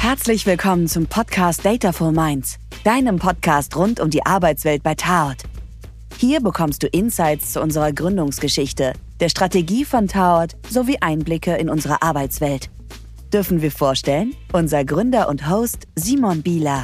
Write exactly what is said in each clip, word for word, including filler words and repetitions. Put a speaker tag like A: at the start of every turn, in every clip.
A: Herzlich willkommen zum Podcast Dataful Minds, deinem Podcast rund um die Arbeitswelt bei Taort. Hier bekommst du Insights zu unserer Gründungsgeschichte, der Strategie von Taort sowie Einblicke in unsere Arbeitswelt. Dürfen wir vorstellen? Unser Gründer und Host Simon Bieler.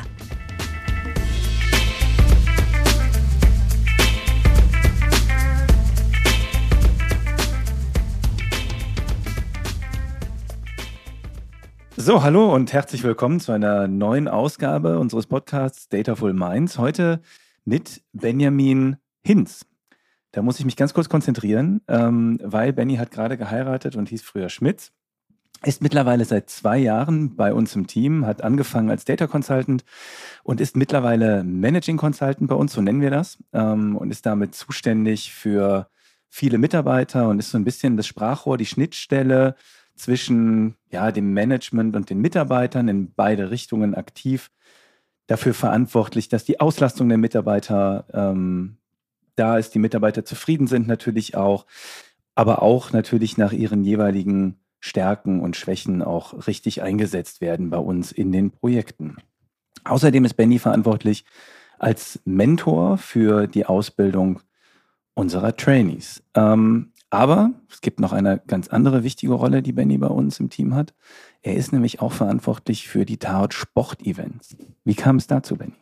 B: So, hallo und herzlich willkommen zu einer neuen Ausgabe unseres Podcasts Dataful Minds. Heute mit Benjamin Hinz. Da muss ich mich ganz kurz konzentrieren, ähm, weil Benny hat gerade geheiratet und hieß früher Schmitz. Ist mittlerweile seit zwei Jahren bei uns im Team, hat angefangen als Data Consultant und ist mittlerweile Managing Consultant bei uns, so nennen wir das, ähm, und ist damit zuständig für viele Mitarbeiter und ist so ein bisschen das Sprachrohr, die Schnittstelle zwischen ja, dem Management und den Mitarbeitern in beide Richtungen aktiv, dafür verantwortlich, dass die Auslastung der Mitarbeiter ähm, da ist, die Mitarbeiter zufrieden sind natürlich auch, aber auch natürlich nach ihren jeweiligen Stärken und Schwächen auch richtig eingesetzt werden bei uns in den Projekten. Außerdem ist Benny verantwortlich als Mentor für die Ausbildung unserer Trainees. Ähm, Aber es gibt noch eine ganz andere wichtige Rolle, die Benny bei uns im Team hat. Er ist nämlich auch verantwortlich für die Taort Sport-Events. Wie kam es dazu, Benny?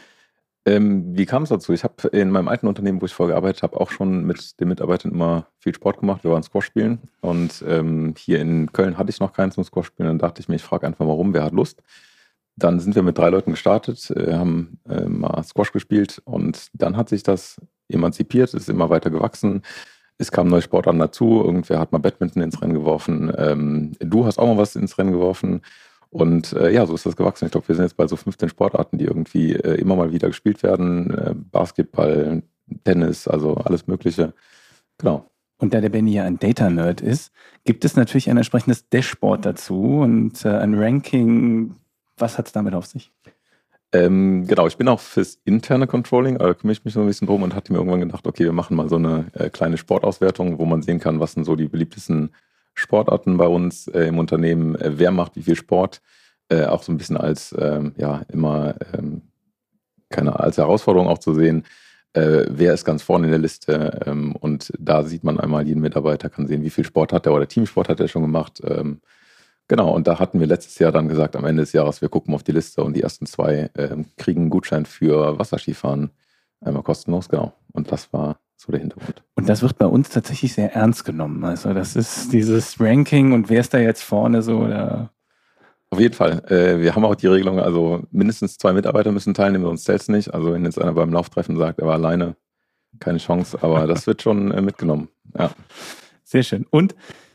C: Ähm, wie kam es dazu? Ich habe in meinem alten Unternehmen, wo ich vorher gearbeitet habe, auch schon mit den Mitarbeitern immer viel Sport gemacht. Wir waren Squash spielen und ähm, hier in Köln hatte ich noch keinen zum Squash spielen. Dann dachte ich mir, ich frage einfach mal rum, wer hat Lust? Dann sind wir mit drei Leuten gestartet, äh, haben äh, mal Squash gespielt und dann hat sich das emanzipiert, ist immer weiter gewachsen. Es kamen neue Sportarten dazu, irgendwer hat mal Badminton ins Rennen geworfen, ähm, du hast auch mal was ins Rennen geworfen und äh, ja, so ist das gewachsen. Ich glaube, wir sind jetzt bei so fünfzehn Sportarten, die irgendwie äh, immer mal wieder gespielt werden, äh, Basketball, Tennis, also alles Mögliche, genau.
B: Und da der Benny ja ein Data-Nerd ist, gibt es natürlich ein entsprechendes Dashboard dazu und äh, ein Ranking. Was hat es damit auf sich?
C: Ähm, genau, ich bin auch fürs interne Controlling, da kümmere ich mich so ein bisschen drum und hatte mir irgendwann gedacht, okay, wir machen mal so eine äh, kleine Sportauswertung, wo man sehen kann, was sind so die beliebtesten Sportarten bei uns äh, im Unternehmen, äh, wer macht wie viel Sport, äh, auch so ein bisschen als, ähm, ja, immer, ähm, keine, als Herausforderung auch zu sehen, äh, wer ist ganz vorne in der Liste ähm, und da sieht man einmal, jeden Mitarbeiter kann sehen, wie viel Sport hat er oder Teamsport hat er schon gemacht, ähm, Genau, und da hatten wir letztes Jahr dann gesagt, am Ende des Jahres, wir gucken auf die Liste und die ersten zwei äh, kriegen einen Gutschein für Wasserskifahren, einmal kostenlos, genau. Und das war so der Hintergrund.
B: Und das wird bei uns tatsächlich sehr ernst genommen. Also das ist dieses Ranking und wer ist da jetzt vorne so? Oder?
C: Auf jeden Fall. Äh, wir haben auch die Regelung, also mindestens zwei Mitarbeiter müssen teilnehmen, sonst zählt es nicht. Also wenn jetzt einer beim Lauftreffen sagt, er war alleine, keine Chance, aber das wird schon äh, mitgenommen. Ja.
B: Sehr schön. Und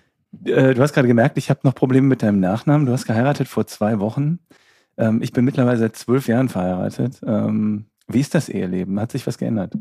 B: du hast gerade gemerkt, ich habe noch Probleme mit deinem Nachnamen. Du hast geheiratet vor zwei Wochen. Ähm, ich bin mittlerweile seit zwölf Jahren verheiratet. Ähm, wie ist das Eheleben? Hat sich was geändert?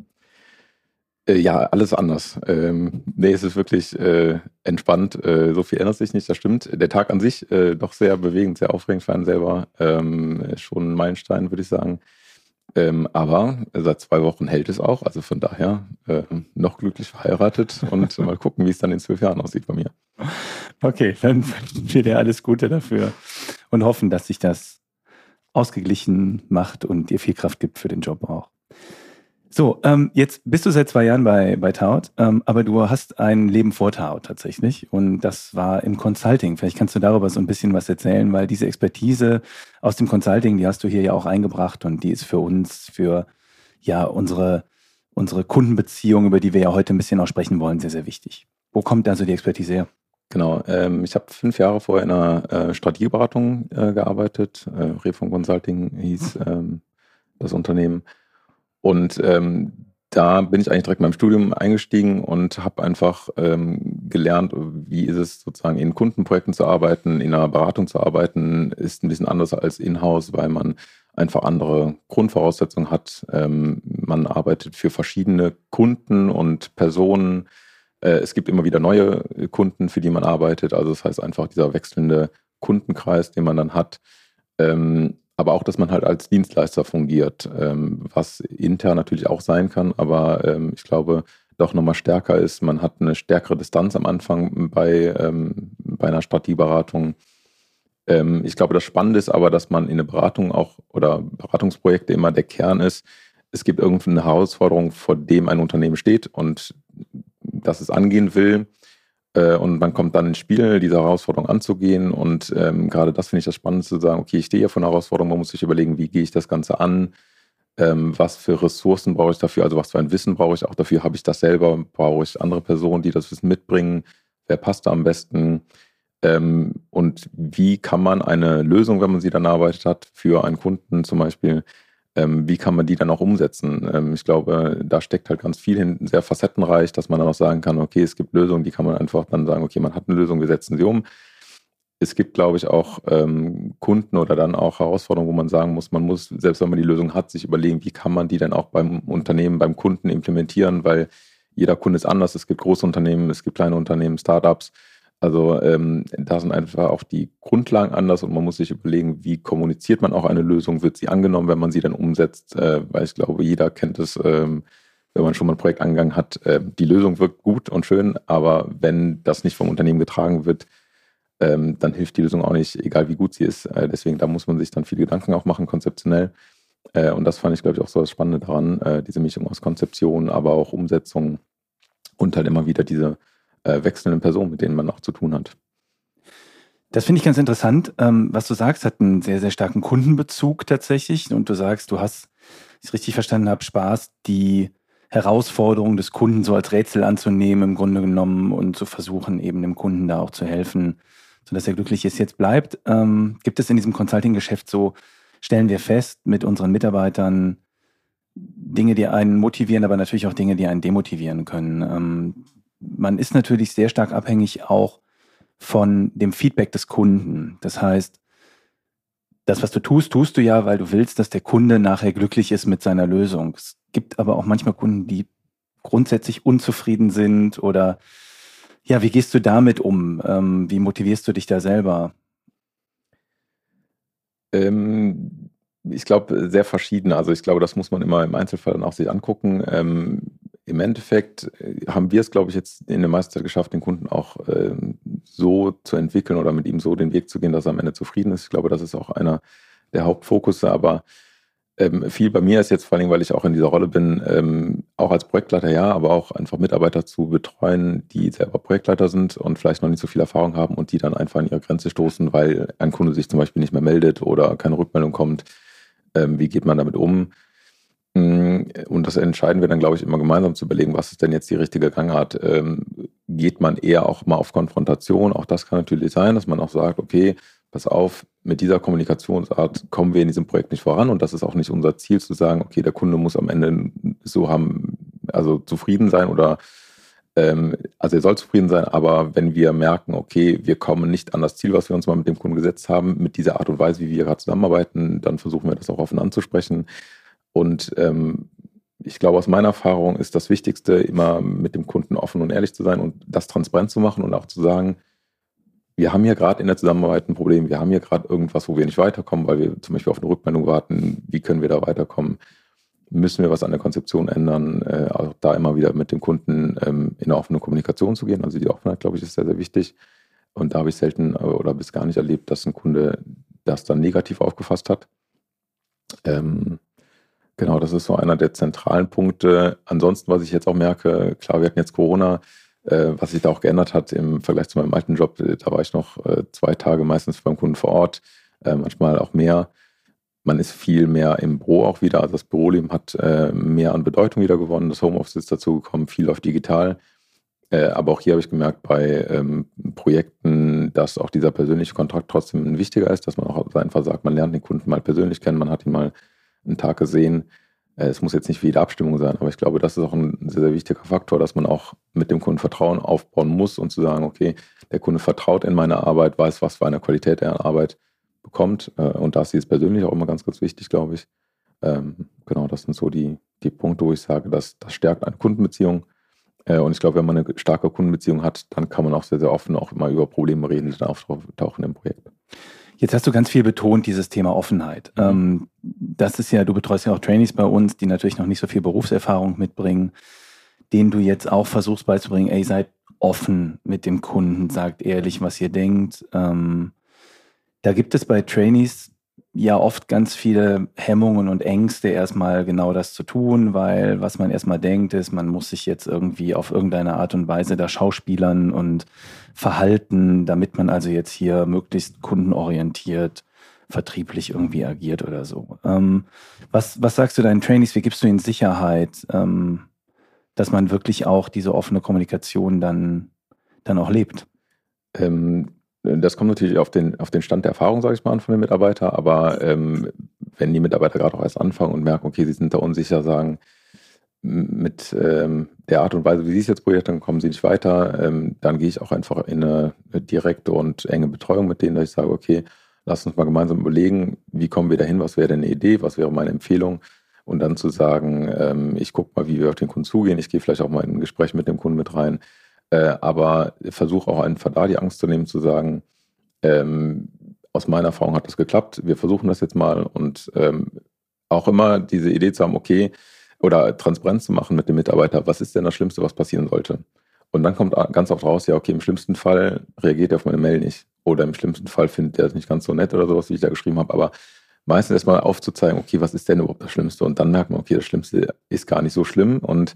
C: Äh, ja, alles anders. Ähm, nee, es ist wirklich äh, entspannt. Äh, so viel ändert sich nicht, das stimmt. Der Tag an sich äh, doch sehr bewegend, sehr aufregend für einen selber. Ähm, schon ein Meilenstein, würde ich sagen. Ähm, aber seit zwei Wochen hält es auch. Also von daher äh, noch glücklich verheiratet und mal gucken, wie es dann in zwölf Jahren aussieht bei mir.
B: Okay, dann wünschen wir dir alles Gute dafür und hoffen, dass sich das ausgeglichen macht und dir viel Kraft gibt für den Job auch. So, ähm, jetzt bist du seit zwei Jahren bei, bei Taort, ähm, aber du hast ein Leben vor Taort tatsächlich und das war im Consulting. Vielleicht kannst du darüber so ein bisschen was erzählen, weil diese Expertise aus dem Consulting, die hast du hier ja auch eingebracht und die ist für uns, für ja unsere, unsere Kundenbeziehung, über die wir ja heute ein bisschen auch sprechen wollen, sehr, sehr wichtig. Wo kommt also die Expertise her?
C: Genau, ähm, ich habe fünf Jahre vorher in einer äh, Strategieberatung äh, gearbeitet. Äh, Refund Consulting hieß ähm, das Unternehmen. Und ähm, da bin ich eigentlich direkt in meinem Studium eingestiegen und habe einfach ähm, gelernt, wie ist es sozusagen in Kundenprojekten zu arbeiten, in einer Beratung zu arbeiten, ist ein bisschen anders als in-house, weil man einfach andere Grundvoraussetzungen hat. Ähm, man arbeitet für verschiedene Kunden und Personen. Äh, es gibt immer wieder neue Kunden, für die man arbeitet. Also das heißt einfach dieser wechselnde Kundenkreis, den man dann hat. Ähm, aber auch, dass man halt als Dienstleister fungiert, ähm, was intern natürlich auch sein kann, aber ähm, ich glaube, doch nochmal stärker ist. Man hat eine stärkere Distanz am Anfang bei, ähm, bei einer Strategieberatung. Ähm, ich glaube, das Spannende ist aber, dass man in der Beratung auch oder Beratungsprojekte immer der Kern ist. Es gibt irgendeine Herausforderung, vor dem ein Unternehmen steht und das es angehen will. Äh, und man kommt dann ins Spiel, diese Herausforderung anzugehen. Und ähm, gerade das finde ich das Spannende zu sagen, okay, ich stehe hier vor einer Herausforderung, man muss sich überlegen, wie gehe ich das Ganze an? Ähm, was für Ressourcen brauche ich dafür? Also was für ein Wissen brauche ich auch dafür? Habe ich das selber? Brauche ich andere Personen, die das Wissen mitbringen? Wer passt da am besten? Ähm, und wie kann man eine Lösung, wenn man sie dann erarbeitet hat, für einen Kunden zum Beispiel, ähm, wie kann man die dann auch umsetzen? Ähm, ich glaube, da steckt halt ganz viel hin, sehr facettenreich, dass man dann auch sagen kann, okay, es gibt Lösungen, die kann man einfach dann sagen, okay, man hat eine Lösung, wir setzen sie um. Es gibt, glaube ich, auch ähm, Kunden oder dann auch Herausforderungen, wo man sagen muss, man muss, selbst wenn man die Lösung hat, sich überlegen, wie kann man die dann auch beim Unternehmen, beim Kunden implementieren, weil jeder Kunde ist anders. Es gibt große Unternehmen, es gibt kleine Unternehmen, Startups. Also ähm, da sind einfach auch die Grundlagen anders und man muss sich überlegen, wie kommuniziert man auch eine Lösung, wird sie angenommen, wenn man sie dann umsetzt, äh, weil ich glaube, jeder kennt es, ähm, wenn man schon mal ein Projekt angegangen hat, äh, die Lösung wirkt gut und schön, aber wenn das nicht vom Unternehmen getragen wird, ähm, dann hilft die Lösung auch nicht, egal wie gut sie ist. Äh, deswegen, da muss man sich dann viele Gedanken auch machen, konzeptionell. Äh, und das fand ich, glaube ich, auch so das Spannende daran, äh, diese Mischung aus Konzeption, aber auch Umsetzung und halt immer wieder diese äh, wechselnden Personen, mit denen man auch zu tun hat.
B: Das finde ich ganz interessant. Ähm, was du sagst, hat einen sehr, sehr starken Kundenbezug tatsächlich. Und du sagst, du hast, wenn ich es richtig verstanden habe, Spaß, die Herausforderung des Kunden so als Rätsel anzunehmen, im Grunde genommen, und zu versuchen, eben dem Kunden da auch zu helfen, sodass er glücklich ist, jetzt bleibt. Ähm, gibt es in diesem Consulting-Geschäft so, stellen wir fest mit unseren Mitarbeitern Dinge, die einen motivieren, aber natürlich auch Dinge, die einen demotivieren können. Ähm, man ist natürlich sehr stark abhängig auch von dem Feedback des Kunden. Das heißt, das, was du tust, tust du ja, weil du willst, dass der Kunde nachher glücklich ist mit seiner Lösung. Es gibt aber auch manchmal Kunden, die grundsätzlich unzufrieden sind oder ja, wie gehst du damit um? Ähm, wie motivierst du dich da selber?
C: Ähm, ich glaube, sehr verschieden. Also ich glaube, das muss man immer im Einzelfall dann auch sich angucken. Ähm, im Endeffekt haben wir es, glaube ich, jetzt in der meisten Zeit geschafft, den Kunden auch ähm, so zu entwickeln oder mit ihm so den Weg zu gehen, dass er am Ende zufrieden ist. Ich glaube, das ist auch einer der Hauptfokusse, aber Ähm, viel bei mir ist jetzt vor allem, weil ich auch in dieser Rolle bin, ähm, auch als Projektleiter, ja, aber auch einfach Mitarbeiter zu betreuen, die selber Projektleiter sind und vielleicht noch nicht so viel Erfahrung haben und die dann einfach an ihre Grenze stoßen, weil ein Kunde sich zum Beispiel nicht mehr meldet oder keine Rückmeldung kommt. Ähm, wie geht man damit um? Und das entscheiden wir dann, glaube ich, immer gemeinsam zu überlegen, was ist denn jetzt die richtige Gangart? Ähm, geht man eher auch mal auf Konfrontation? Auch das kann natürlich sein, dass man auch sagt, okay, pass auf, mit dieser Kommunikationsart kommen wir in diesem Projekt nicht voran und das ist auch nicht unser Ziel zu sagen, okay, der Kunde muss am Ende so haben, also zufrieden sein oder ähm, also er soll zufrieden sein, aber wenn wir merken, okay, wir kommen nicht an das Ziel, was wir uns mal mit dem Kunden gesetzt haben, mit dieser Art und Weise, wie wir gerade zusammenarbeiten, dann versuchen wir das auch offen anzusprechen. Und ähm, ich glaube, aus meiner Erfahrung ist das Wichtigste, immer mit dem Kunden offen und ehrlich zu sein und das transparent zu machen und auch zu sagen, wir haben hier gerade in der Zusammenarbeit ein Problem, wir haben hier gerade irgendwas, wo wir nicht weiterkommen, weil wir zum Beispiel auf eine Rückmeldung warten, wie können wir da weiterkommen, müssen wir was an der Konzeption ändern, äh, auch da immer wieder mit dem Kunden ähm, in eine offene Kommunikation zu gehen, also die Offenheit, glaube ich, ist sehr, sehr wichtig und da habe ich selten oder bis gar nicht erlebt, dass ein Kunde das dann negativ aufgefasst hat. Ähm, Genau, das ist so einer der zentralen Punkte. Ansonsten, was ich jetzt auch merke, klar, wir hatten jetzt Corona, äh, was sich da auch geändert hat im Vergleich zu meinem alten Job, da war ich noch äh, zwei Tage meistens beim Kunden vor Ort, äh, manchmal auch mehr. Man ist viel mehr im Büro auch wieder, also das Büroleben hat äh, mehr an Bedeutung wieder gewonnen, das Homeoffice ist dazu gekommen, viel läuft digital. Äh, aber auch hier habe ich gemerkt bei ähm, Projekten, dass auch dieser persönliche Kontakt trotzdem ein wichtiger ist, dass man auch einfach sagt, man lernt den Kunden mal persönlich kennen, man hat ihn mal einen Tag gesehen. Es muss jetzt nicht für jede Abstimmung sein, aber ich glaube, das ist auch ein sehr, sehr wichtiger Faktor, dass man auch mit dem Kunden Vertrauen aufbauen muss und zu sagen, okay, der Kunde vertraut in meine Arbeit, weiß, was für eine Qualität er an Arbeit bekommt. Und da ist es persönlich auch immer ganz, ganz wichtig, glaube ich. Genau, das sind so die, die Punkte, wo ich sage, dass das stärkt eine Kundenbeziehung. Und ich glaube, wenn man eine starke Kundenbeziehung hat, dann kann man auch sehr, sehr offen auch immer über Probleme reden, die dann auftauchen im Projekt.
B: Jetzt hast du ganz viel betont, dieses Thema Offenheit. Mhm. Ähm, das ist ja, du betreust ja auch Trainees bei uns, die natürlich noch nicht so viel Berufserfahrung mitbringen, denen du jetzt auch versuchst beizubringen, ey, seid offen mit dem Kunden, sagt ehrlich, was ihr denkt. Ähm, Da gibt es bei Trainees ja oft ganz viele Hemmungen und Ängste, erstmal genau das zu tun, weil was man erstmal denkt, ist, man muss sich jetzt irgendwie auf irgendeine Art und Weise da schauspielern und verhalten, damit man also jetzt hier möglichst kundenorientiert, vertrieblich irgendwie agiert oder so. Ähm, was, was sagst du deinen Trainees, wie gibst du ihnen Sicherheit, ähm, dass man wirklich auch diese offene Kommunikation dann, dann auch lebt?
C: Ähm, Das kommt natürlich auf den, auf den Stand der Erfahrung, sage ich mal, an von den Mitarbeitern, aber ähm, wenn die Mitarbeiter gerade auch erst anfangen und merken, okay, sie sind da unsicher, sagen, mit ähm, der Art und Weise, wie sie es jetzt probiert haben, kommen sie nicht weiter, ähm, dann gehe ich auch einfach in eine, eine direkte und enge Betreuung mit denen, dass ich sage, okay, lass uns mal gemeinsam überlegen, wie kommen wir dahin, was wäre denn eine Idee, was wäre meine Empfehlung, und dann zu sagen, ähm, ich gucke mal, wie wir auf den Kunden zugehen, ich gehe vielleicht auch mal in ein Gespräch mit dem Kunden mit rein, Äh, aber versuche auch einfach da die Angst zu nehmen, zu sagen, ähm, aus meiner Erfahrung hat das geklappt, wir versuchen das jetzt mal, und ähm, auch immer diese Idee zu haben, okay, oder Transparenz zu machen mit dem Mitarbeiter, was ist denn das Schlimmste, was passieren sollte? Und dann kommt ganz oft raus, ja, okay, im schlimmsten Fall reagiert er auf meine Mail nicht, oder im schlimmsten Fall findet er es nicht ganz so nett oder sowas, wie ich da geschrieben habe, aber meistens erstmal aufzuzeigen, okay, was ist denn überhaupt das Schlimmste? Und dann merkt man, okay, das Schlimmste ist gar nicht so schlimm, und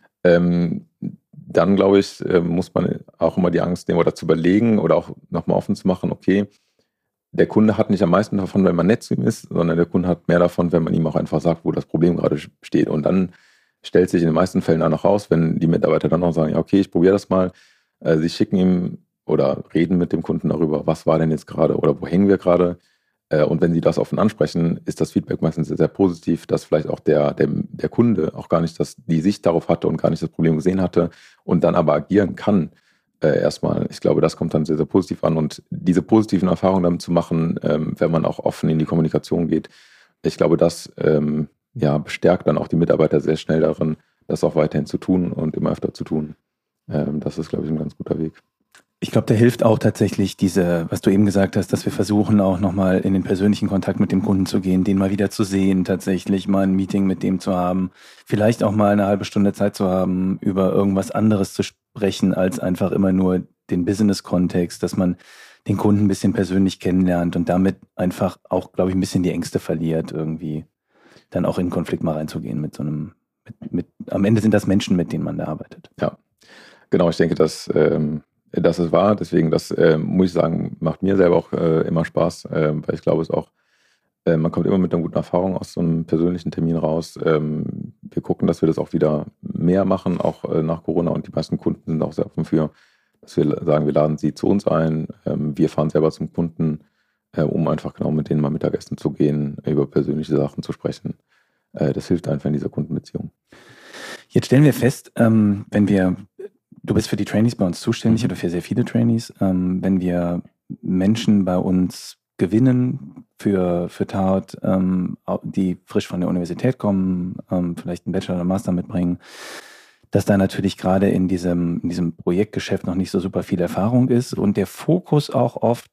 C: ähm, dann, glaube ich, muss man auch immer die Angst nehmen oder zu überlegen oder auch nochmal offen zu machen, okay, der Kunde hat nicht am meisten davon, wenn man nett zu ihm ist, sondern der Kunde hat mehr davon, wenn man ihm auch einfach sagt, wo das Problem gerade steht. Und dann stellt sich in den meisten Fällen auch noch raus, wenn die Mitarbeiter dann auch sagen, ja, okay, ich probiere das mal. Sie schicken ihm oder reden mit dem Kunden darüber, was war denn jetzt gerade oder wo hängen wir gerade. Und wenn sie das offen ansprechen, ist das Feedback meistens sehr, sehr positiv, dass vielleicht auch der, der, der Kunde auch gar nicht das, die Sicht darauf hatte und gar nicht das Problem gesehen hatte und dann aber agieren kann. Äh, erstmal, ich glaube, das kommt dann sehr, sehr positiv an, und diese positiven Erfahrungen damit zu machen, ähm, wenn man auch offen in die Kommunikation geht, ich glaube, das ähm, ja, bestärkt dann auch die Mitarbeiter sehr schnell darin, das auch weiterhin zu tun und immer öfter zu tun. Ähm, das ist, glaube ich, ein ganz guter Weg.
B: Ich glaube, da hilft auch tatsächlich diese, was du eben gesagt hast, dass wir versuchen auch nochmal in den persönlichen Kontakt mit dem Kunden zu gehen, den mal wieder zu sehen, tatsächlich mal ein Meeting mit dem zu haben, vielleicht auch mal eine halbe Stunde Zeit zu haben, über irgendwas anderes zu sprechen, als einfach immer nur den Business-Kontext, dass man den Kunden ein bisschen persönlich kennenlernt und damit einfach auch, glaube ich, ein bisschen die Ängste verliert, irgendwie dann auch in einen Konflikt mal reinzugehen mit so einem, mit, mit, am Ende sind das Menschen, mit denen man da arbeitet.
C: Ja, genau, ich denke, dass ähm Das ist wahr, deswegen, das äh, muss ich sagen, macht mir selber auch äh, immer Spaß, äh, weil ich glaube, es auch, äh, man kommt immer mit einer guten Erfahrung aus so einem persönlichen Termin raus. Ähm, wir gucken, dass wir das auch wieder mehr machen, auch äh, nach Corona, und die meisten Kunden sind auch sehr offen für, dass wir sagen, wir laden sie zu uns ein, ähm, wir fahren selber zum Kunden, äh, um einfach genau mit denen mal Mittagessen zu gehen, über persönliche Sachen zu sprechen. Äh, das hilft einfach in dieser Kundenbeziehung.
B: Jetzt stellen wir fest, ähm, wenn wir Du bist für die Trainees bei uns zuständig,
C: Mhm.
B: oder für sehr viele Trainees. Ähm, wenn wir Menschen bei uns gewinnen für, für Taut, ähm, die frisch von der Universität kommen, ähm, vielleicht einen Bachelor oder Master mitbringen, dass da natürlich gerade in diesem, in diesem Projektgeschäft noch nicht so super viel Erfahrung ist und der Fokus auch oft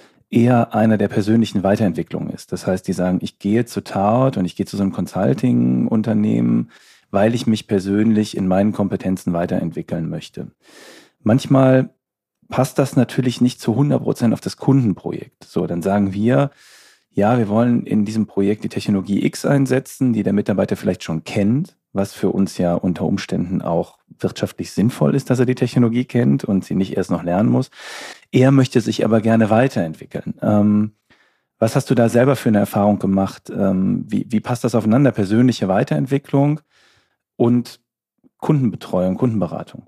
B: eher einer der persönlichen Weiterentwicklung ist. Das heißt, die sagen, ich gehe zu Taut und ich gehe zu so einem Consulting-Unternehmen, weil ich mich persönlich in meinen Kompetenzen weiterentwickeln möchte. Manchmal passt das natürlich nicht zu hundert Prozent auf das Kundenprojekt. So, dann sagen wir, ja, wir wollen in diesem Projekt die Technologie X einsetzen, die der Mitarbeiter vielleicht schon kennt, was für uns ja unter Umständen auch wirtschaftlich sinnvoll ist, dass er die Technologie kennt und sie nicht erst noch lernen muss. Er möchte sich aber gerne weiterentwickeln. Ähm, was hast du da selber für eine Erfahrung gemacht? Ähm, wie, wie passt das aufeinander? Persönliche Weiterentwicklung und Kundenbetreuung, Kundenberatung?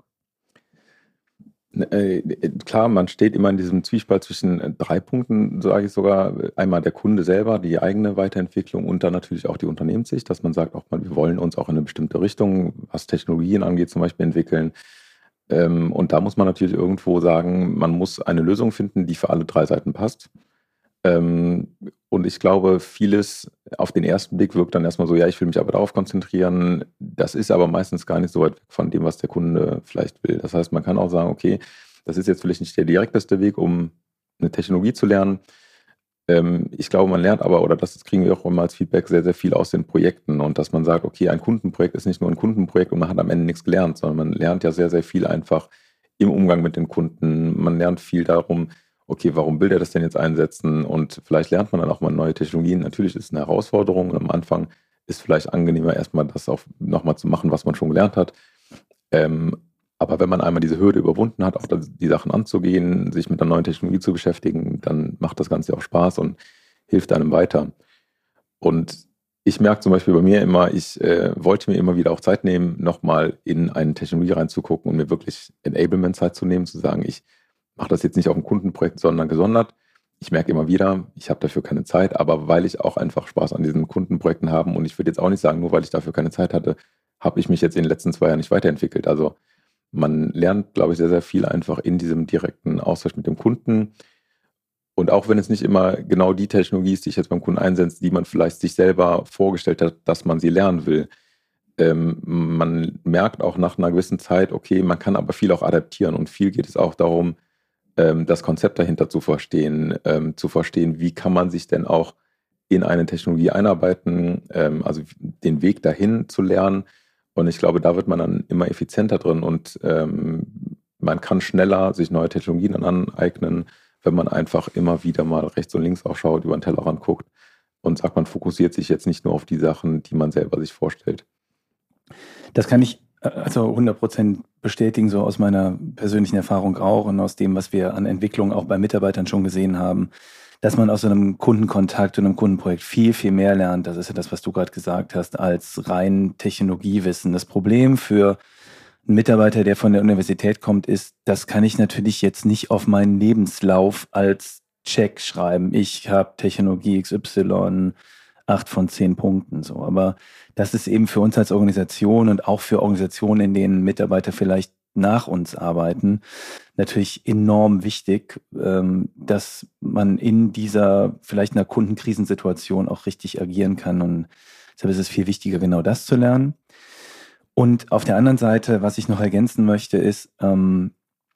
C: Äh, klar, man steht immer in diesem Zwiespalt zwischen drei Punkten, sage ich sogar. Einmal der Kunde selber, die eigene Weiterentwicklung, und dann natürlich auch die Unternehmenssicht, dass man sagt, auch mal, wir wollen uns auch in eine bestimmte Richtung, was Technologien angeht, zum Beispiel entwickeln. Ähm, und da muss man natürlich irgendwo sagen, man muss eine Lösung finden, die für alle drei Seiten passt. Ähm, und ich glaube, vieles auf den ersten Blick wirkt dann erstmal so, ja, ich will mich aber darauf konzentrieren. Das ist aber meistens gar nicht so weit weg von dem, was der Kunde vielleicht will. Das heißt, man kann auch sagen, okay, das ist jetzt vielleicht nicht der direkteste Weg, um eine Technologie zu lernen. Ähm, ich glaube, man lernt aber, oder das kriegen wir auch immer als Feedback, sehr, sehr viel aus den Projekten. Und dass man sagt, okay, ein Kundenprojekt ist nicht nur ein Kundenprojekt und man hat am Ende nichts gelernt, sondern man lernt ja sehr, sehr viel einfach im Umgang mit den Kunden. Man lernt viel darum, okay, warum will er das denn jetzt einsetzen? Und vielleicht lernt man dann auch mal neue Technologien. Natürlich ist es eine Herausforderung und am Anfang ist vielleicht angenehmer, erstmal das auch nochmal zu machen, was man schon gelernt hat. Ähm, aber wenn man einmal diese Hürde überwunden hat, auch die Sachen anzugehen, sich mit einer neuen Technologie zu beschäftigen, dann macht das Ganze auch Spaß und hilft einem weiter. Und ich merke zum Beispiel bei mir immer, ich äh, wollte mir immer wieder auch Zeit nehmen, nochmal in eine Technologie reinzugucken und mir wirklich Enablement-Zeit zu nehmen, zu sagen, ich mache das jetzt nicht auf ein Kundenprojekt, sondern gesondert. Ich merke immer wieder, ich habe dafür keine Zeit, aber weil ich auch einfach Spaß an diesen Kundenprojekten habe und ich würde jetzt auch nicht sagen, nur weil ich dafür keine Zeit hatte, habe ich mich jetzt in den letzten zwei Jahren nicht weiterentwickelt. Also man lernt, glaube ich, sehr, sehr viel einfach in diesem direkten Austausch mit dem Kunden. Und auch wenn es nicht immer genau die Technologie ist, die ich jetzt beim Kunden einsetze, die man vielleicht sich selber vorgestellt hat, dass man sie lernen will, ähm, man merkt auch nach einer gewissen Zeit, okay, man kann aber viel auch adaptieren und viel geht es auch darum, ähm, das Konzept dahinter zu verstehen, ähm, zu verstehen, wie kann man sich denn auch in eine Technologie einarbeiten, ähm, also den Weg dahin zu lernen. Und ich glaube, da wird man dann immer effizienter drin und ähm, man kann schneller sich neue Technologien dann aneignen, wenn man einfach immer wieder mal rechts und links auch schaut, über den Tellerrand guckt und sagt, man fokussiert sich jetzt nicht nur auf die Sachen, die man selber sich vorstellt.
B: Das kann ich also hundert Prozent bestätigen, so aus meiner persönlichen Erfahrung auch und aus dem, was wir an Entwicklung auch bei Mitarbeitern schon gesehen haben, dass man aus so einem Kundenkontakt und einem Kundenprojekt viel, viel mehr lernt. Das ist ja das, was du gerade gesagt hast, als rein Technologiewissen. Das Problem für einen Mitarbeiter, der von der Universität kommt, ist, das kann ich natürlich jetzt nicht auf meinen Lebenslauf als Check schreiben. Ich habe Technologie X Y, acht von zehn Punkten, so. Aber das ist eben für uns als Organisation und auch für Organisationen, in denen Mitarbeiter vielleicht nach uns arbeiten, natürlich enorm wichtig, dass man in dieser vielleicht einer Kundenkrisensituation auch richtig agieren kann. Und deshalb ist es viel wichtiger, genau das zu lernen. Und auf der anderen Seite, was ich noch ergänzen möchte, ist, ähm,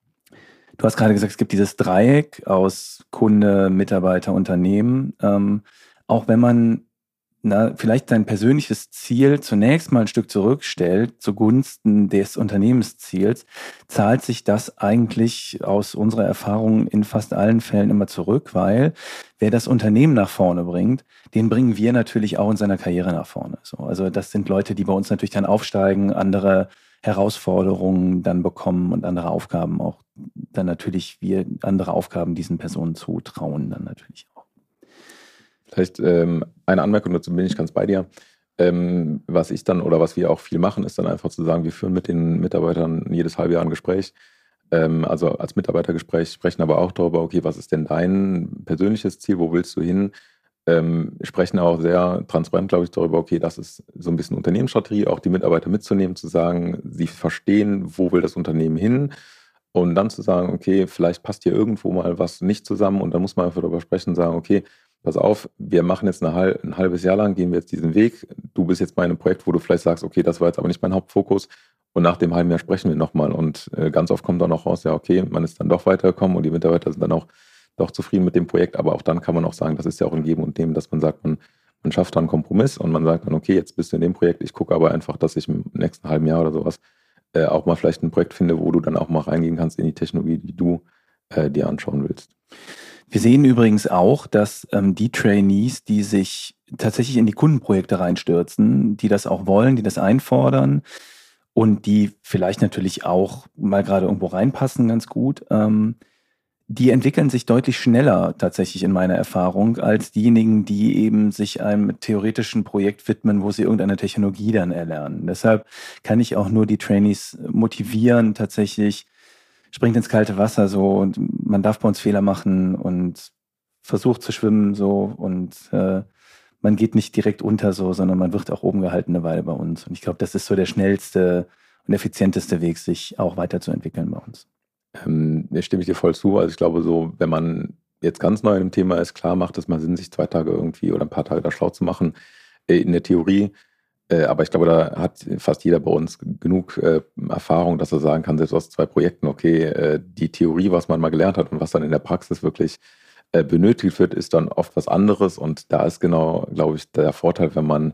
B: du hast gerade gesagt, es gibt dieses Dreieck aus Kunde, Mitarbeiter, Unternehmen. Ähm, auch wenn man na, vielleicht sein persönliches Ziel zunächst mal ein Stück zurückstellt, zugunsten des Unternehmensziels, zahlt sich das eigentlich aus unserer Erfahrung in fast allen Fällen immer zurück, weil wer das Unternehmen nach vorne bringt, den bringen wir natürlich auch in seiner Karriere nach vorne. So, also das sind Leute, die bei uns natürlich dann aufsteigen, andere Herausforderungen dann bekommen und andere Aufgaben auch dann natürlich wir andere Aufgaben diesen Personen zutrauen dann natürlich auch.
C: Vielleicht ähm, eine Anmerkung dazu, bin ich ganz bei dir. Ähm, was ich dann oder was wir auch viel machen, ist dann einfach zu sagen, wir führen mit den Mitarbeitern jedes halbe Jahr ein Gespräch. Ähm, also als Mitarbeitergespräch sprechen aber auch darüber, okay, was ist denn dein persönliches Ziel, wo willst du hin? Ähm, sprechen auch sehr transparent, glaube ich, darüber, okay, das ist so ein bisschen Unternehmensstrategie, auch die Mitarbeiter mitzunehmen, zu sagen, sie verstehen, wo will das Unternehmen hin? Und dann zu sagen, okay, vielleicht passt hier irgendwo mal was nicht zusammen und dann muss man einfach darüber sprechen und sagen, okay, pass auf, wir machen jetzt eine, ein halbes Jahr lang, gehen wir jetzt diesen Weg. Du bist jetzt bei einem Projekt, wo du vielleicht sagst, okay, das war jetzt aber nicht mein Hauptfokus. Und nach dem halben Jahr sprechen wir nochmal. Und äh, ganz oft kommt dann auch raus, ja, okay, man ist dann doch weitergekommen und die Mitarbeiter sind dann auch doch zufrieden mit dem Projekt. Aber auch dann kann man auch sagen, das ist ja auch ein Geben und Nehmen, dass man sagt, man, man schafft dann einen Kompromiss und man sagt dann, okay, jetzt bist du in dem Projekt. Ich gucke aber einfach, dass ich im nächsten halben Jahr oder sowas äh, auch mal vielleicht ein Projekt finde, wo du dann auch mal reingehen kannst in die Technologie, die du äh, dir anschauen willst.
B: Wir sehen übrigens auch, dass ähm, die Trainees, die sich tatsächlich in die Kundenprojekte reinstürzen, die das auch wollen, die das einfordern und die vielleicht natürlich auch mal gerade irgendwo reinpassen ganz gut, ähm, die entwickeln sich deutlich schneller tatsächlich in meiner Erfahrung als diejenigen, die eben sich einem theoretischen Projekt widmen, wo sie irgendeine Technologie dann erlernen. Deshalb kann ich auch nur die Trainees motivieren, tatsächlich springt ins kalte Wasser so und man darf bei uns Fehler machen und versucht zu schwimmen so und äh, man geht nicht direkt unter so, sondern man wird auch oben gehalten eine Weile bei uns. Und ich glaube, das ist so der schnellste und effizienteste Weg, sich auch weiterzuentwickeln bei uns.
C: Ähm, da stimme ich dir voll zu. Also ich glaube so, wenn man jetzt ganz neu in dem Thema ist, klar macht es mal Sinn, sich zwei Tage irgendwie oder ein paar Tage da schlau zu machen äh, in der Theorie. Aber ich glaube, da hat fast jeder bei uns genug äh, Erfahrung, dass er sagen kann, selbst aus zwei Projekten, okay, äh, die Theorie, was man mal gelernt hat und was dann in der Praxis wirklich äh, benötigt wird, ist dann oft was anderes. Und da ist genau, glaube ich, der Vorteil, wenn man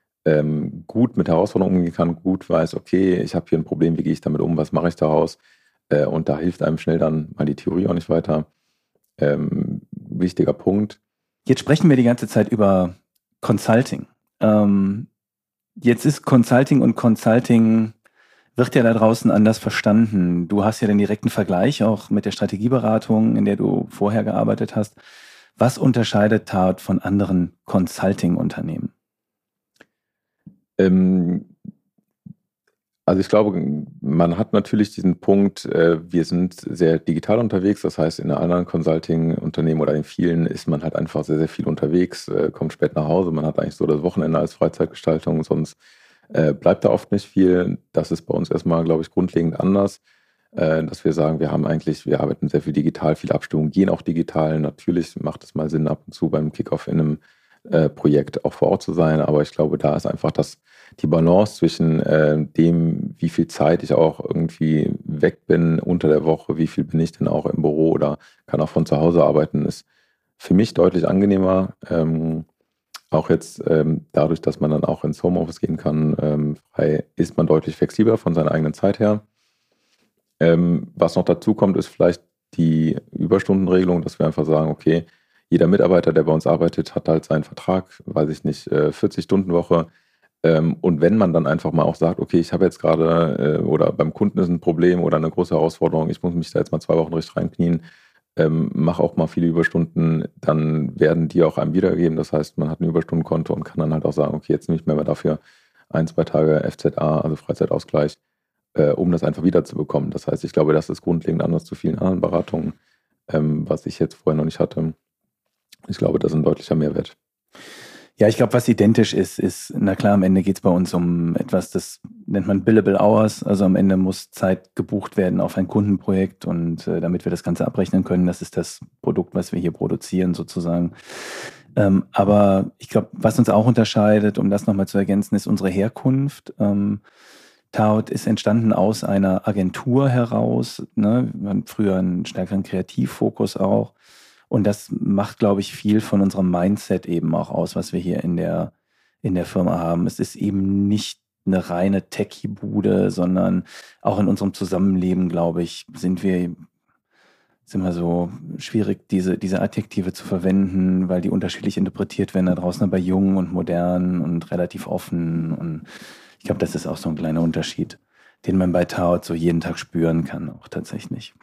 C: ähm, gut mit Herausforderungen umgehen kann, gut weiß, okay, ich habe hier ein Problem, wie gehe ich damit um, was mache ich daraus? Äh, und da hilft einem schnell dann mal die Theorie auch nicht weiter. ähm, wichtiger Punkt.
B: Jetzt sprechen wir die ganze Zeit über Consulting. Ähm, jetzt ist Consulting und Consulting wird ja da draußen anders verstanden. Du hast ja den direkten Vergleich auch mit der Strategieberatung, in der du vorher gearbeitet hast. Was unterscheidet Taort von anderen Consulting-Unternehmen?
C: Ähm, also ich glaube, man hat natürlich diesen Punkt, äh, wir sind sehr digital unterwegs, das heißt, in anderen Consulting-Unternehmen oder in vielen ist man halt einfach sehr, sehr viel unterwegs, äh, kommt spät nach Hause, man hat eigentlich so das Wochenende als Freizeitgestaltung, sonst äh, bleibt da oft nicht viel. Das ist bei uns erstmal, glaube ich, grundlegend anders, äh, dass wir sagen, wir haben eigentlich, wir arbeiten sehr viel digital, viele Abstimmungen gehen auch digital. Natürlich macht es mal Sinn, ab und zu beim Kickoff in einem äh, Projekt auch vor Ort zu sein, aber ich glaube, da ist einfach das die Balance zwischen äh, dem, wie viel Zeit ich auch irgendwie weg bin unter der Woche, wie viel bin ich denn auch im Büro oder kann auch von zu Hause arbeiten, ist für mich deutlich angenehmer. Ähm, auch jetzt ähm, dadurch, dass man dann auch ins Homeoffice gehen kann, ähm, frei, ist man deutlich flexibler von seiner eigenen Zeit her. Ähm, was noch dazu kommt, ist vielleicht die Überstundenregelung, dass wir einfach sagen, okay, jeder Mitarbeiter, der bei uns arbeitet, hat halt seinen Vertrag, weiß ich nicht, äh, vierzig-Stunden-Woche. Und wenn man dann einfach mal auch sagt, okay, ich habe jetzt gerade äh, oder beim Kunden ist ein Problem oder eine große Herausforderung, ich muss mich da jetzt mal zwei Wochen richtig reinknien, ähm, mache auch mal viele Überstunden, dann werden die auch einem wiedergegeben. Das heißt, man hat ein Überstundenkonto und kann dann halt auch sagen, okay, jetzt nehme ich mir mal dafür ein, zwei Tage F Z A, also Freizeitausgleich, äh, um das einfach wiederzubekommen. Das heißt, ich glaube, das ist grundlegend anders zu vielen anderen Beratungen, ähm, was ich jetzt vorher noch nicht hatte. Ich glaube, das ist ein deutlicher Mehrwert.
B: Ja, ich glaube, was identisch ist, ist, na klar, am Ende geht es bei uns um etwas, das nennt man Billable Hours. Also am Ende muss Zeit gebucht werden auf ein Kundenprojekt und äh, damit wir das Ganze abrechnen können, das ist das Produkt, was wir hier produzieren sozusagen. Ähm, aber ich glaube, was uns auch unterscheidet, um das nochmal zu ergänzen, ist unsere Herkunft. Ähm, Taort ist entstanden aus einer Agentur heraus. Ne? Wir hatten früher einen stärkeren Kreativfokus auch. Und das macht, glaube ich, viel von unserem Mindset eben auch aus, was wir hier in der, in der Firma haben. Es ist eben nicht eine reine Techie-Bude, sondern auch in unserem Zusammenleben, glaube ich, sind wir, sind wir so schwierig, diese, diese Adjektive zu verwenden, weil die unterschiedlich interpretiert werden da draußen, aber jung und modern und relativ offen. Und ich glaube, das ist auch so ein kleiner Unterschied, den man bei Taort so jeden Tag spüren kann, auch tatsächlich.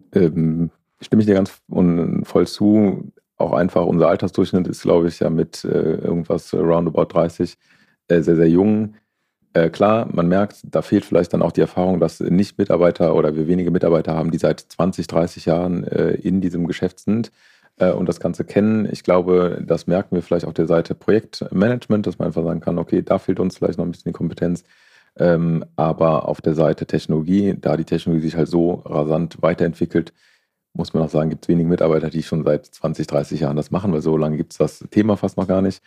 C: Ähm. Stimme ich dir ganz voll zu. Auch einfach unser Altersdurchschnitt ist, glaube ich, ja mit äh, irgendwas roundabout dreißig äh, sehr, sehr jung. Äh, klar, man merkt, da fehlt vielleicht dann auch die Erfahrung, dass nicht Mitarbeiter oder wir wenige Mitarbeiter haben, die seit zwanzig, dreißig Jahren äh, in diesem Geschäft sind äh, und das Ganze kennen. Ich glaube, das merken wir vielleicht auf der Seite Projektmanagement, dass man einfach sagen kann, okay, da fehlt uns vielleicht noch ein bisschen die Kompetenz. Ähm, aber auf der Seite Technologie, da die Technologie sich halt so rasant weiterentwickelt, muss man auch sagen, gibt es wenige Mitarbeiter, die schon seit zwanzig, dreißig Jahren das machen, weil so lange gibt es das Thema fast noch gar nicht.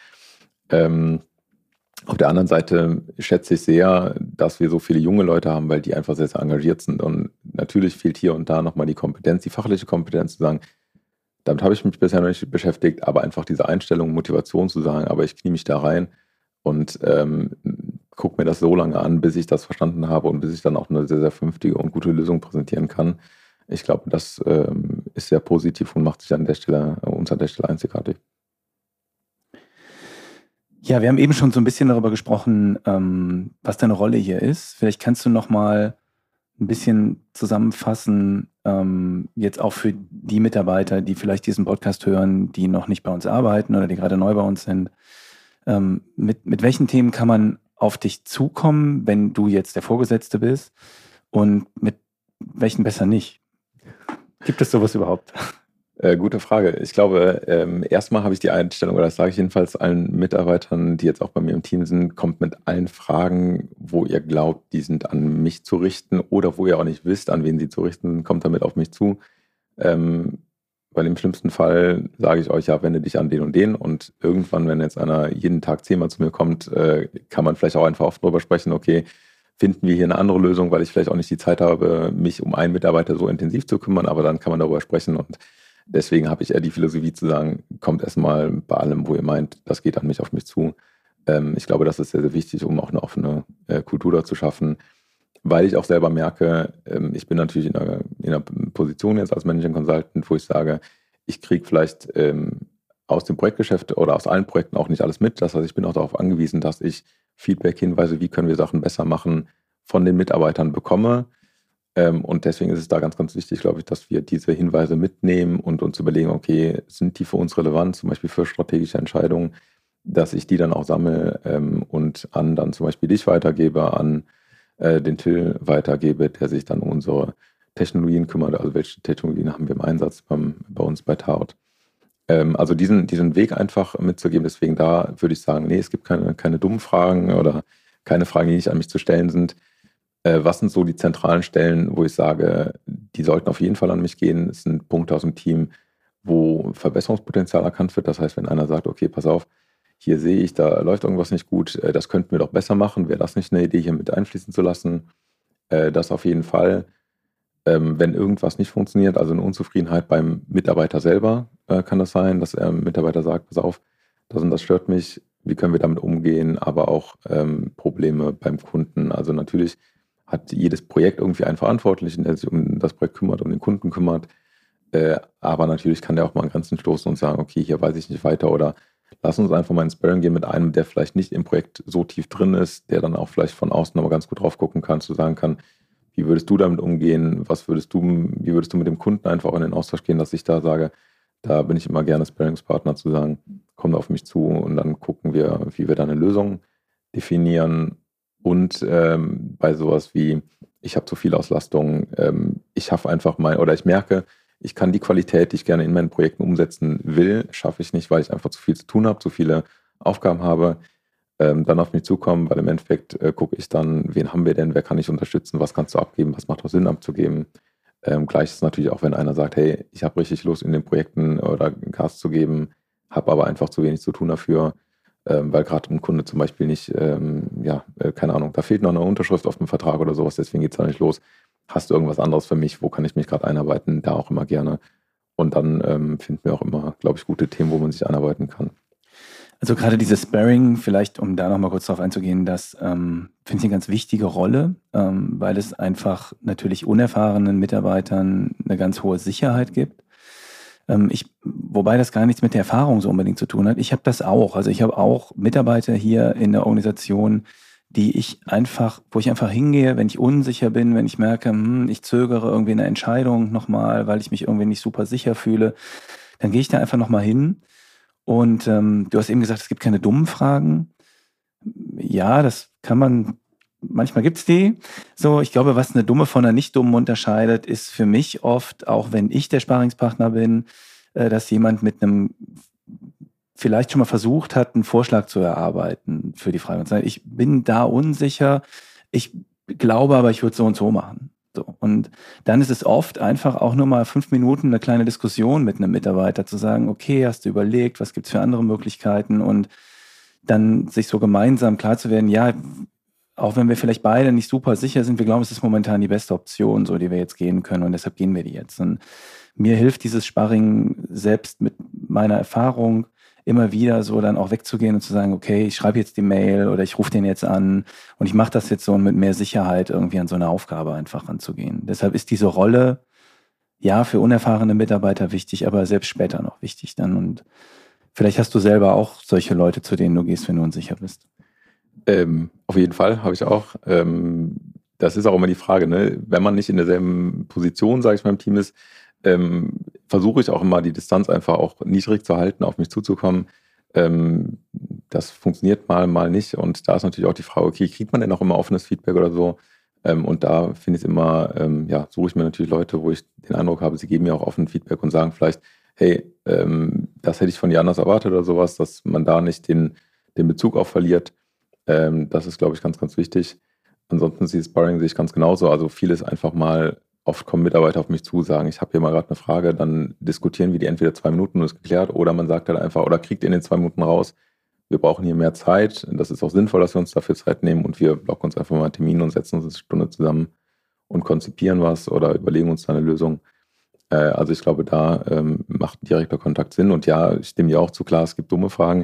C: Ähm, auf der anderen Seite schätze ich sehr, dass wir so viele junge Leute haben, weil die einfach sehr, sehr engagiert sind. Und natürlich fehlt hier und da nochmal die Kompetenz, die fachliche Kompetenz zu sagen, damit habe ich mich bisher noch nicht beschäftigt, aber einfach diese Einstellung, Motivation zu sagen, aber ich knie mich da rein und ähm, gucke mir das so lange an, bis ich das verstanden habe und bis ich dann auch eine sehr, sehr vernünftige und gute Lösung präsentieren kann. Ich glaube, das ähm, ist sehr positiv und macht sich an der Stelle, äh, uns an der Stelle einzigartig.
B: Ja, wir haben eben schon so ein bisschen darüber gesprochen, ähm, was deine Rolle hier ist. Vielleicht kannst du noch mal ein bisschen zusammenfassen, ähm, jetzt auch für die Mitarbeiter, die vielleicht diesen Podcast hören, die noch nicht bei uns arbeiten oder die gerade neu bei uns sind. Ähm, mit, mit welchen Themen kann man auf dich zukommen, wenn du jetzt der Vorgesetzte bist? Und mit welchen besser nicht? Gibt es sowas überhaupt?
C: Äh, gute Frage. Ich glaube, ähm, erstmal habe ich die Einstellung, oder das sage ich jedenfalls allen Mitarbeitern, die jetzt auch bei mir im Team sind, kommt mit allen Fragen, wo ihr glaubt, die sind an mich zu richten oder wo ihr auch nicht wisst, an wen sie zu richten sind, kommt damit auf mich zu. Ähm, weil im schlimmsten Fall sage ich euch, ja, wende dich an den und den und irgendwann, wenn jetzt einer jeden Tag zehnmal zu mir kommt, äh, kann man vielleicht auch einfach oft drüber sprechen, okay, finden wir hier eine andere Lösung, weil ich vielleicht auch nicht die Zeit habe, mich um einen Mitarbeiter so intensiv zu kümmern, aber dann kann man darüber sprechen und deswegen habe ich eher die Philosophie zu sagen, kommt erstmal bei allem, wo ihr meint, das geht an mich, auf mich zu. Ähm, ich glaube, das ist sehr, sehr wichtig, um auch eine offene äh, Kultur da zu schaffen, weil ich auch selber merke, ähm, ich bin natürlich in einer, in einer Position jetzt als Managing Consultant, wo ich sage, ich kriege vielleicht ähm, aus dem Projektgeschäft oder aus allen Projekten auch nicht alles mit. Das heißt, ich bin auch darauf angewiesen, dass ich Feedback, Hinweise, wie können wir Sachen besser machen, von den Mitarbeitern bekomme. Ähm, und deswegen ist es da ganz, ganz wichtig, glaube ich, dass wir diese Hinweise mitnehmen und uns überlegen, okay, sind die für uns relevant, zum Beispiel für strategische Entscheidungen, dass ich die dann auch sammle ähm, und an dann zum Beispiel dich weitergebe, an äh, den Till weitergebe, der sich dann um unsere Technologien kümmert. Also welche Technologien haben wir im Einsatz beim, bei uns bei Tarot. Ähm, also diesen, diesen Weg einfach mitzugeben. Deswegen da würde ich sagen, nee, es gibt keine, keine dummen Fragen oder keine Fragen, die nicht an mich zu stellen sind. Äh, was sind so die zentralen Stellen, wo ich sage, die sollten auf jeden Fall an mich gehen? Es sind Punkte aus dem Team, wo Verbesserungspotenzial erkannt wird. Das heißt, wenn einer sagt, okay, pass auf, hier sehe ich, da läuft irgendwas nicht gut, äh, das könnten wir doch besser machen. Wäre das nicht eine Idee, hier mit einfließen zu lassen? Äh, das auf jeden Fall. Ähm, wenn irgendwas nicht funktioniert, also eine Unzufriedenheit beim Mitarbeiter selber, äh, kann das sein, dass ein Mitarbeiter sagt, pass auf, das und das stört mich, wie können wir damit umgehen, aber auch ähm, Probleme beim Kunden. Also natürlich hat jedes Projekt irgendwie einen Verantwortlichen, der sich um das Projekt kümmert, um den Kunden kümmert, äh, aber natürlich kann der auch mal an Grenzen stoßen und sagen, okay, hier weiß ich nicht weiter oder lass uns einfach mal ins Sparring gehen mit einem, der vielleicht nicht im Projekt so tief drin ist, der dann auch vielleicht von außen nochmal ganz gut drauf gucken kann, zu sagen kann, wie würdest du damit umgehen? Was würdest du, wie würdest du mit dem Kunden einfach in den Austausch gehen, dass ich da sage, da bin ich immer gerne Sparringspartner zu sagen, komm auf mich zu und dann gucken wir, wie wir da eine Lösung definieren. Und ähm, bei sowas wie, ich habe zu viel Auslastung, ähm, ich schaffe einfach mal, oder ich merke, ich kann die Qualität, die ich gerne in meinen Projekten umsetzen will, schaffe ich nicht, weil ich einfach zu viel zu tun habe, zu viele Aufgaben habe. Ähm, dann auf mich zukommen, weil im Endeffekt äh, gucke ich dann, wen haben wir denn, wer kann ich unterstützen, was kannst du abgeben, was macht auch Sinn abzugeben. Ähm, gleich ist natürlich auch, wenn einer sagt, hey, ich habe richtig Lust in den Projekten oder Gas zu geben, habe aber einfach zu wenig zu tun dafür, ähm, weil gerade ein Kunde zum Beispiel nicht, ähm, ja, äh, keine Ahnung, da fehlt noch eine Unterschrift auf dem Vertrag oder sowas, deswegen geht es da nicht los. Hast du irgendwas anderes für mich, wo kann ich mich gerade einarbeiten, da auch immer gerne. Und dann ähm, finden wir auch immer, glaube ich, gute Themen, wo man sich einarbeiten kann.
B: Also gerade dieses Sparring, vielleicht um da nochmal kurz drauf einzugehen, das ähm, finde ich eine ganz wichtige Rolle, ähm, weil es einfach natürlich unerfahrenen Mitarbeitern eine ganz hohe Sicherheit gibt. Ähm, ich, wobei das gar nichts mit der Erfahrung so unbedingt zu tun hat. Ich habe das auch. Also ich habe auch Mitarbeiter hier in der Organisation, die ich einfach, wo ich einfach hingehe, wenn ich unsicher bin, wenn ich merke, hm, ich zögere irgendwie eine Entscheidung nochmal, weil ich mich irgendwie nicht super sicher fühle, dann gehe ich da einfach nochmal hin. Und ähm, du hast eben gesagt, es gibt keine dummen Fragen. Ja, das kann man, manchmal gibt es die. So, ich glaube, was eine dumme von einer nicht dummen unterscheidet, ist für mich oft, auch wenn ich der Sparringspartner bin, äh, dass jemand mit einem vielleicht schon mal versucht hat, einen Vorschlag zu erarbeiten für die Frage. Und sagt, ich bin da unsicher, ich glaube aber, ich würde so und so machen. So. Und dann ist es oft einfach auch nur mal fünf Minuten eine kleine Diskussion mit einem Mitarbeiter zu sagen, okay, hast du überlegt, was gibt es für andere Möglichkeiten und dann sich so gemeinsam klar zu werden, ja, auch wenn wir vielleicht beide nicht super sicher sind, wir glauben, es ist momentan die beste Option, so die wir jetzt gehen können und deshalb gehen wir die jetzt. Und mir hilft dieses Sparring selbst mit meiner Erfahrung immer wieder so dann auch wegzugehen und zu sagen, okay, ich schreibe jetzt die Mail oder ich rufe den jetzt an und ich mache das jetzt so, um mit mehr Sicherheit irgendwie an so eine Aufgabe einfach ranzugehen. Deshalb ist diese Rolle, ja, für unerfahrene Mitarbeiter wichtig, aber selbst später noch wichtig dann. Und vielleicht hast du selber auch solche Leute, zu denen du gehst, wenn du unsicher bist.
C: Ähm, auf jeden Fall habe ich auch. Ähm, das ist auch immer die Frage, ne? Wenn man nicht in derselben Position, sage ich mal, im Team ist, ähm, versuche ich auch immer, die Distanz einfach auch niedrig zu halten, auf mich zuzukommen. Ähm, das funktioniert mal, mal nicht. Und da ist natürlich auch die Frage, okay, kriegt man denn auch immer offenes Feedback oder so? Ähm, und da finde ich es immer, ähm, ja, suche ich mir natürlich Leute, wo ich den Eindruck habe, sie geben mir auch offen Feedback und sagen vielleicht, hey, ähm, das hätte ich von dir anders erwartet oder sowas, dass man da nicht den, den Bezug auch verliert. Ähm, das ist, glaube ich, ganz, ganz wichtig. Ansonsten ist dieses Sparring sehe ich ganz genauso. Also vieles einfach mal, oft kommen Mitarbeiter auf mich zu, sagen, ich habe hier mal gerade eine Frage, dann diskutieren wir die entweder zwei Minuten und ist geklärt oder man sagt halt einfach, oder kriegt in den zwei Minuten raus, wir brauchen hier mehr Zeit. Das ist auch sinnvoll, dass wir uns dafür Zeit nehmen und wir blocken uns einfach mal einen Termin und setzen uns eine Stunde zusammen und konzipieren was oder überlegen uns da eine Lösung. Äh, also ich glaube, da ähm, macht direkter Kontakt Sinn. Und ja, ich stimme dir auch zu, klar, es gibt dumme Fragen.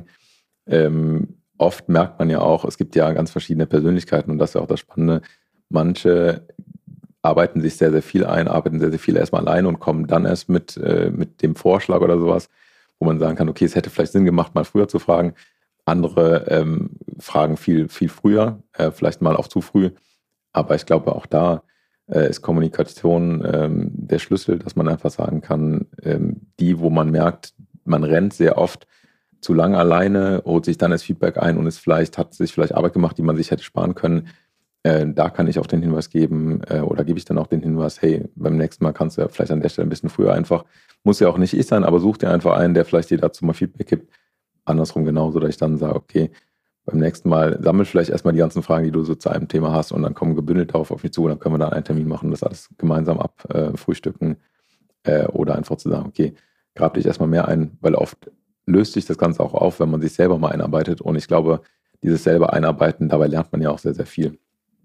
C: Ähm, oft merkt man ja auch, es gibt ja ganz verschiedene Persönlichkeiten und das ist ja auch das Spannende. Manche arbeiten sich sehr, sehr viel ein, arbeiten sehr, sehr viel erstmal alleine und kommen dann erst mit, äh, mit dem Vorschlag oder sowas, wo man sagen kann, okay, es hätte vielleicht Sinn gemacht, mal früher zu fragen. Andere ähm, fragen viel, viel früher, äh, vielleicht mal auch zu früh. Aber ich glaube, auch da äh, ist Kommunikation ähm, der Schlüssel, dass man einfach sagen kann, ähm, die, wo man merkt, man rennt sehr oft zu lange alleine, holt sich dann das Feedback ein und ist vielleicht, hat sich vielleicht Arbeit gemacht, die man sich hätte sparen können. Äh, da kann ich auch den Hinweis geben äh, oder gebe ich dann auch den Hinweis, hey, beim nächsten Mal kannst du ja vielleicht an der Stelle ein bisschen früher einfach, muss ja auch nicht ich sein, aber such dir einfach einen, der vielleicht dir dazu mal Feedback gibt. Andersrum genauso, dass ich dann sage, okay, beim nächsten Mal sammel vielleicht erstmal die ganzen Fragen, die du so zu einem Thema hast und dann kommen gebündelt darauf auf mich zu und dann können wir dann einen Termin machen und das alles gemeinsam abfrühstücken äh, oder einfach zu sagen, okay, grab dich erstmal mehr ein, weil oft löst sich das Ganze auch auf, wenn man sich selber mal einarbeitet und ich glaube, dieses selber Einarbeiten, dabei lernt man ja auch sehr, sehr viel.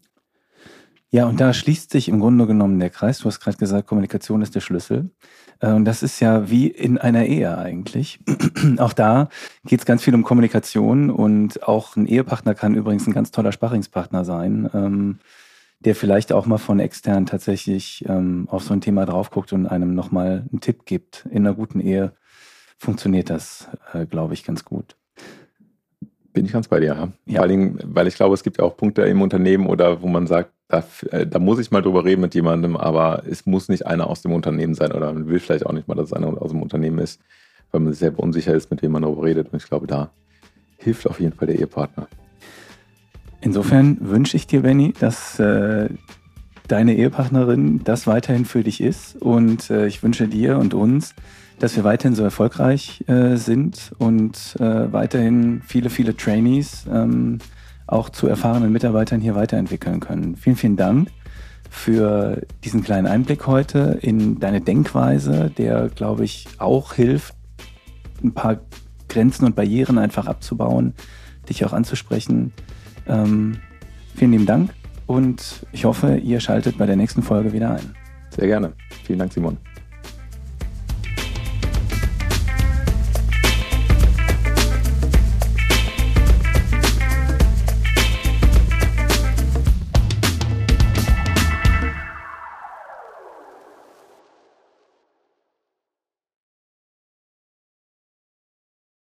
B: Ja, und da schließt sich im Grunde genommen der Kreis. Du hast gerade gesagt, Kommunikation ist der Schlüssel. Und das ist ja wie in einer Ehe eigentlich. Auch da geht es ganz viel um Kommunikation und auch ein Ehepartner kann übrigens ein ganz toller Sparringspartner sein, ähm, der vielleicht auch mal von extern tatsächlich ähm, auf so ein Thema drauf guckt und einem nochmal einen Tipp gibt. In einer guten Ehe funktioniert das, äh, glaube ich, ganz gut.
C: Bin ich ganz bei dir, ja.
B: Ja.
C: Vor allem, weil ich glaube, es gibt ja auch Punkte im Unternehmen oder wo man sagt, da, da muss ich mal drüber reden mit jemandem, aber es muss nicht einer aus dem Unternehmen sein oder man will vielleicht auch nicht mal, dass es einer aus dem Unternehmen ist, weil man sich selber unsicher ist, mit wem man darüber redet. Und ich glaube, da hilft auf jeden Fall der Ehepartner.
B: Insofern wünsche ich dir, Benny, dass äh, deine Ehepartnerin das weiterhin für dich ist und äh, ich wünsche dir und uns, dass wir weiterhin so erfolgreich äh, sind und äh, weiterhin viele, viele Trainees ähm, auch zu erfahrenen Mitarbeitern hier weiterentwickeln können. Vielen, vielen Dank für diesen kleinen Einblick heute in deine Denkweise, der, glaube ich, auch hilft, ein paar Grenzen und Barrieren einfach abzubauen, dich auch anzusprechen. Ähm, vielen lieben Dank und ich hoffe, ihr schaltet bei der nächsten Folge wieder ein.
C: Sehr gerne. Vielen Dank, Simon.